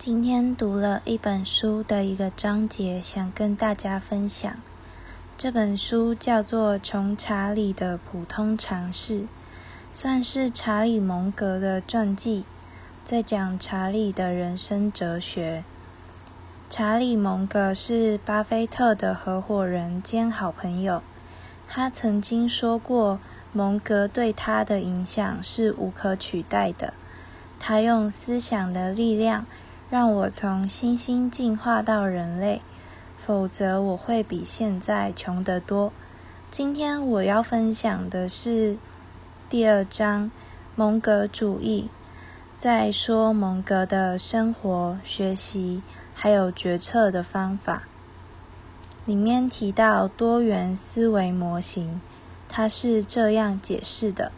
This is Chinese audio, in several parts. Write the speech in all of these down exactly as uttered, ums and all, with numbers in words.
今天读了一本书的一个章节，想跟大家分享。这本书叫做《穷查理的普通常识》，算是查理蒙格的传记，在讲查理的人生哲学。查理蒙格是巴菲特的合伙人兼好朋友，他曾经说过，蒙格对他的影响是无可取代的。他用思想的力量让我从猩猩进化到人类，否则我会比现在穷得多。今天我要分享的是第二章，蒙格主义，在说蒙格的生活、学习还有决策的方法。里面提到多元思维模型，它是这样解释的：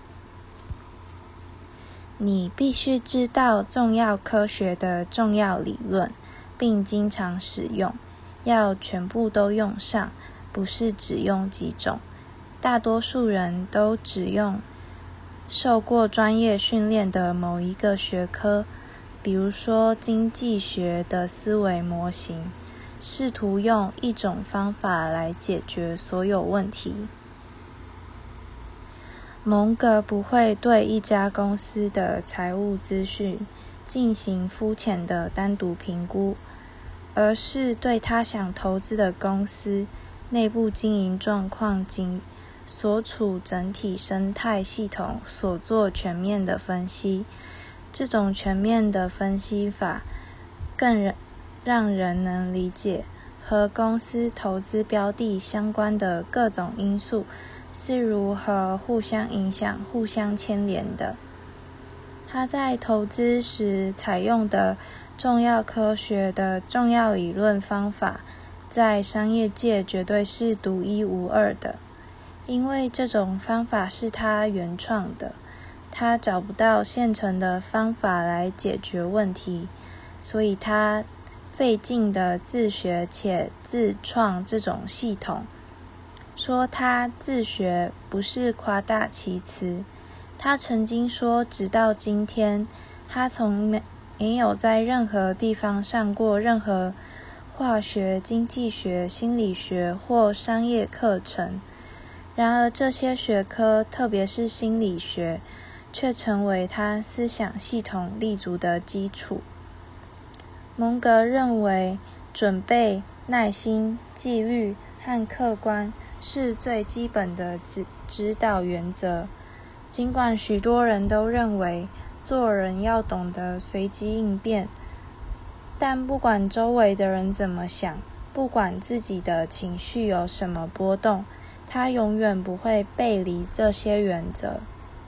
你必须知道重要科学的重要理论，并经常使用，要全部都用上，不是只用几种。大多数人都只用受过专业训练的某一个学科，比如说经济学的思维模型，试图用一种方法来解决所有问题。蒙格不会对一家公司的财务资讯进行肤浅的单独评估，而是对他想投资的公司内部经营状况及所处整体生态系统所做全面的分析。这种全面的分析法更让人能理解和公司投资标的相关的各种因素是如何互相影响、互相牵连的。他在投资时采用的重要科学的重要理论方法，在商业界绝对是独一无二的，因为这种方法是他原创的，他找不到现成的方法来解决问题，所以他费劲的自学且自创这种系统。说他自学不是夸大其词，他曾经说，直到今天，他从没没有在任何地方上过任何化学、经济学、心理学或商业课程。然而这些学科，特别是心理学，却成为他思想系统立足的基础。蒙格认为，准备、耐心、纪律和客观是最基本的指导原则。尽管许多人都认为做人要懂得随机应变，但不管周围的人怎么想，不管自己的情绪有什么波动，他永远不会背离这些原则。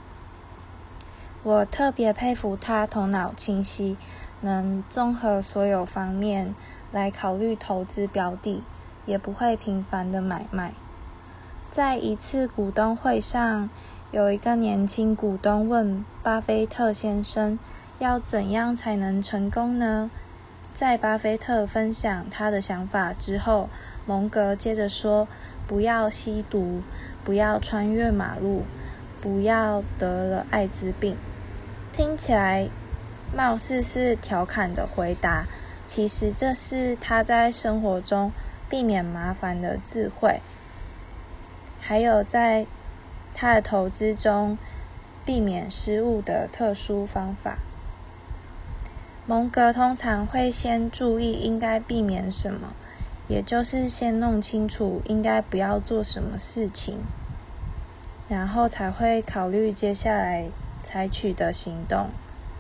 我特别佩服他头脑清晰，能综合所有方面来考虑投资标的，也不会频繁的买卖。在一次股东会上，有一个年轻股东问巴菲特先生，要怎样才能成功呢？在巴菲特分享他的想法之后，蒙格接着说，不要吸毒，不要穿越马路，不要得了艾滋病。听起来貌似是调侃的回答，其实这是他在生活中避免麻烦的智慧，还有在他的投资中避免失误的特殊方法。蒙格通常会先注意应该避免什么，也就是先弄清楚应该不要做什么事情，然后才会考虑接下来采取的行动。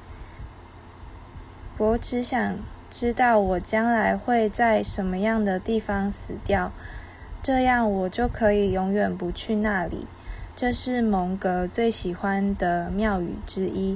我只想知道我将来会在什么样的地方死掉，这样我就可以永远不去那里。这是蒙格最喜欢的妙语之一。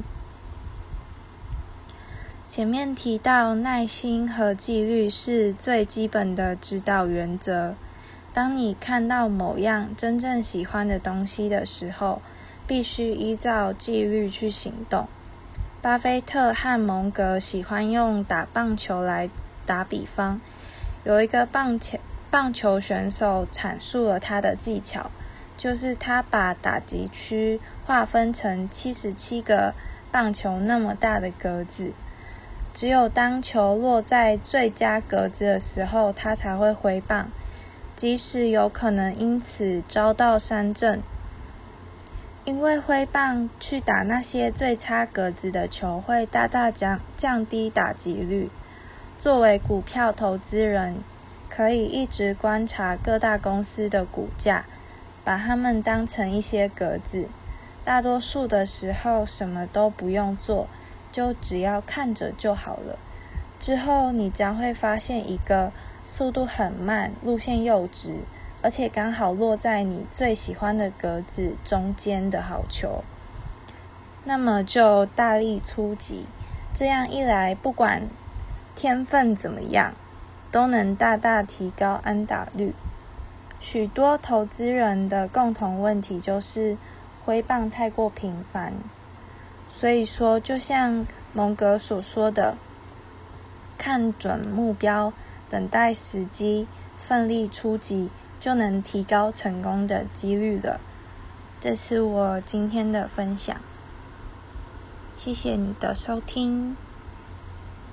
前面提到耐心和纪律是最基本的指导原则。当你看到某样真正喜欢的东西的时候，必须依照纪律去行动。巴菲特和蒙格喜欢用打棒球来打比方。有一个棒球棒球选手阐述了他的技巧，就是他把打击区划分成七十七个棒球那么大的格子， 只有当球落在最佳格子的时候，他才会挥棒，即使有可能因此遭到三振。因为挥棒去打那些最差格子的球，会大大降降低打击率。作为股票投资人，可以一直观察各大公司的股价，把它们当成一些格子。大多数的时候什么都不用做，就只要看着就好了。之后你将会发现一个速度很慢、路线又直，而且刚好落在你最喜欢的格子中间的好球。那么就大力出击，这样一来，不管天分怎么样，都能大大提高安打率。许多投资人的共同问题就是挥棒太过频繁，所以说就像蒙格所说的，看准目标，等待时机，奋力出击，就能提高成功的几率了。这是我今天的分享，谢谢你的收听。